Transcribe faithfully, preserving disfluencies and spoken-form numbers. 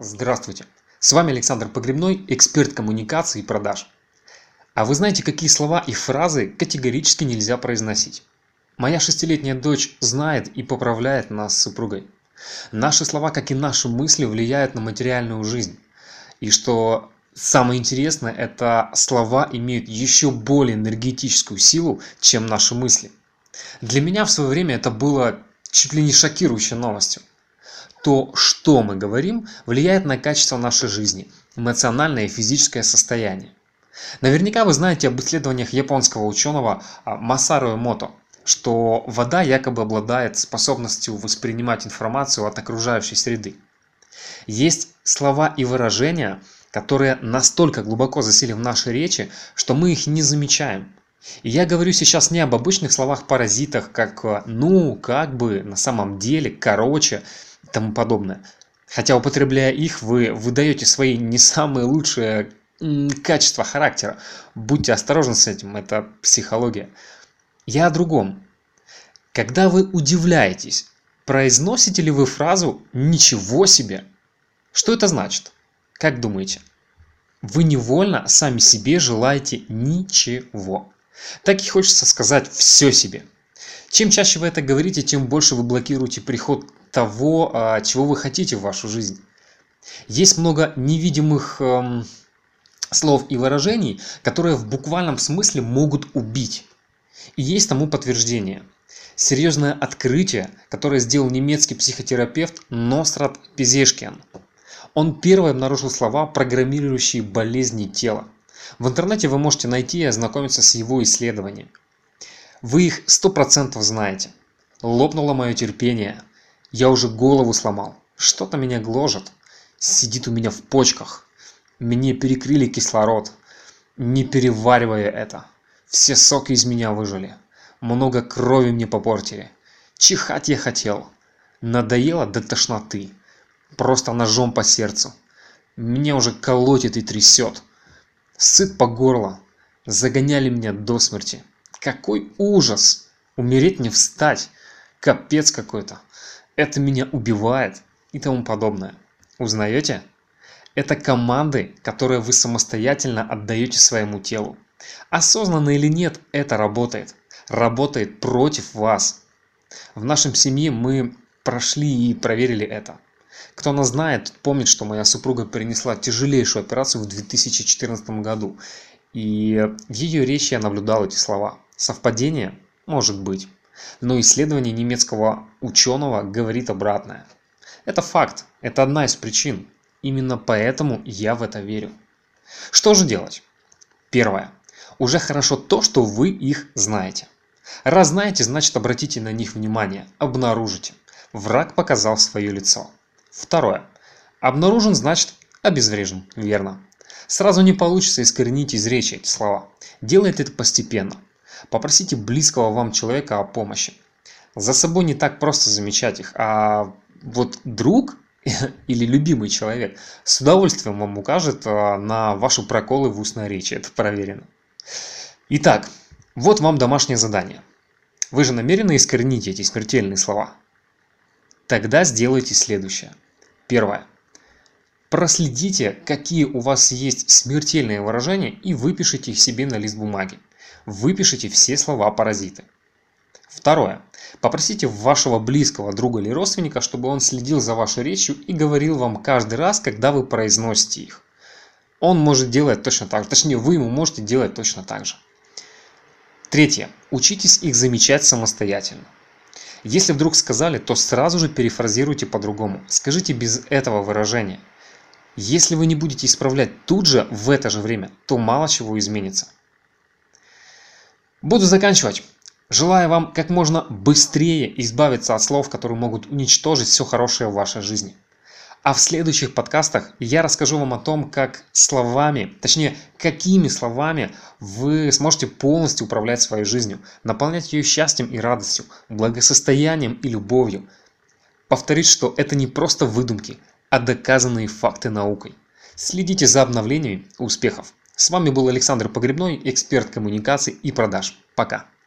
Здравствуйте! С вами Александр Погребной, эксперт коммуникации и продаж. А вы знаете, какие слова и фразы категорически нельзя произносить? Моя шестилетняя дочь знает и поправляет нас с супругой. Наши слова, как и наши мысли, влияют на материальную жизнь. И что самое интересное, это слова имеют еще более энергетическую силу, чем наши мысли. Для меня в свое время это было чуть ли не шокирующей новостью. То, что мы говорим, влияет на качество нашей жизни, эмоциональное и физическое состояние. Наверняка вы знаете об исследованиях японского ученого Масару Эмото, что вода якобы обладает способностью воспринимать информацию от окружающей среды. Есть слова и выражения, которые настолько глубоко засели в нашей речи, что мы их не замечаем. И я говорю сейчас не об обычных словах-паразитах, как «ну», «как бы», «на самом деле», «короче» и тому подобное. Хотя, употребляя их, вы выдаете свои не самые лучшие м, качества характера. Будьте осторожны с этим, это психология. Я о другом. Когда вы удивляетесь, произносите ли вы фразу «ничего себе»? Что это значит? Как думаете? Вы невольно сами себе желаете ничего. Так и хочется сказать «все себе». Чем чаще вы это говорите, тем больше вы блокируете приход того, чего вы хотите в вашу жизнь. Есть много невидимых эм, слов и выражений, которые в буквальном смысле могут убить. И есть тому подтверждение. Серьезное открытие, которое сделал немецкий психотерапевт Носрат Пизешкиан. Он первый обнаружил слова, программирующие болезни тела. В интернете вы можете найти и ознакомиться с его исследованием. Вы их сто процентов знаете. Лопнуло мое терпение. Я уже голову сломал. Что-то меня гложет. Сидит у меня в почках. Мне перекрыли кислород. Не переваривая это. Все соки из меня выжили. Много крови мне попортили. Чихать я хотел. Надоело до тошноты. Просто ножом по сердцу. Меня уже колотит и трясет. Сыт по горло. Загоняли меня до смерти. Какой ужас! Умереть не встать. Капец какой-то. Это меня убивает и тому подобное. Узнаете? Это команды, которые вы самостоятельно отдаете своему телу. Осознанно или нет, это работает. Работает против вас. В нашем семье мы прошли и проверили это. Кто нас знает, помнит, что моя супруга перенесла тяжелейшую операцию в две тысячи четырнадцатом году. И в ее речи я наблюдал эти слова. Совпадение? Может быть. Но исследование немецкого ученого говорит обратное. Это факт. Это одна из причин. Именно поэтому я в это верю. Что же делать? Первое. Уже хорошо то, что вы их знаете. Раз знаете, значит обратите на них внимание. Обнаружите. Враг показал свое лицо. Второе. Обнаружен, значит обезврежен. Верно. Сразу не получится искоренить из речи эти слова. Делайте это постепенно. Попросите близкого вам человека о помощи. За собой не так просто замечать их, а вот друг или любимый человек с удовольствием вам укажет на ваши проколы в устной речи. Это проверено. Итак, вот вам домашнее задание. Вы же намерены искоренить эти смертельные слова? Тогда сделайте следующее. Первое. Проследите, какие у вас есть смертельные выражения, и выпишите их себе на лист бумаги. Выпишите все слова-паразиты. Второе. Попросите вашего близкого друга или родственника, чтобы он следил за вашей речью и говорил вам каждый раз, когда вы произносите их. Он может делать точно так же. Точнее, вы ему можете делать точно так же. Третье. Учитесь их замечать самостоятельно. Если вдруг сказали, то сразу же перефразируйте по-другому. Скажите без этого выражения. Если вы не будете исправлять тут же, в это же время, то мало чего изменится. Буду заканчивать. Желаю вам как можно быстрее избавиться от слов, которые могут уничтожить все хорошее в вашей жизни. А в следующих подкастах я расскажу вам о том, как словами, точнее, какими словами вы сможете полностью управлять своей жизнью, наполнять ее счастьем и радостью, благосостоянием и любовью. Повторюсь, что это не просто выдумки, а доказанные факты наукой. Следите за обновлениями. Успехов! С вами был Александр Погребной, эксперт коммуникаций и продаж. Пока!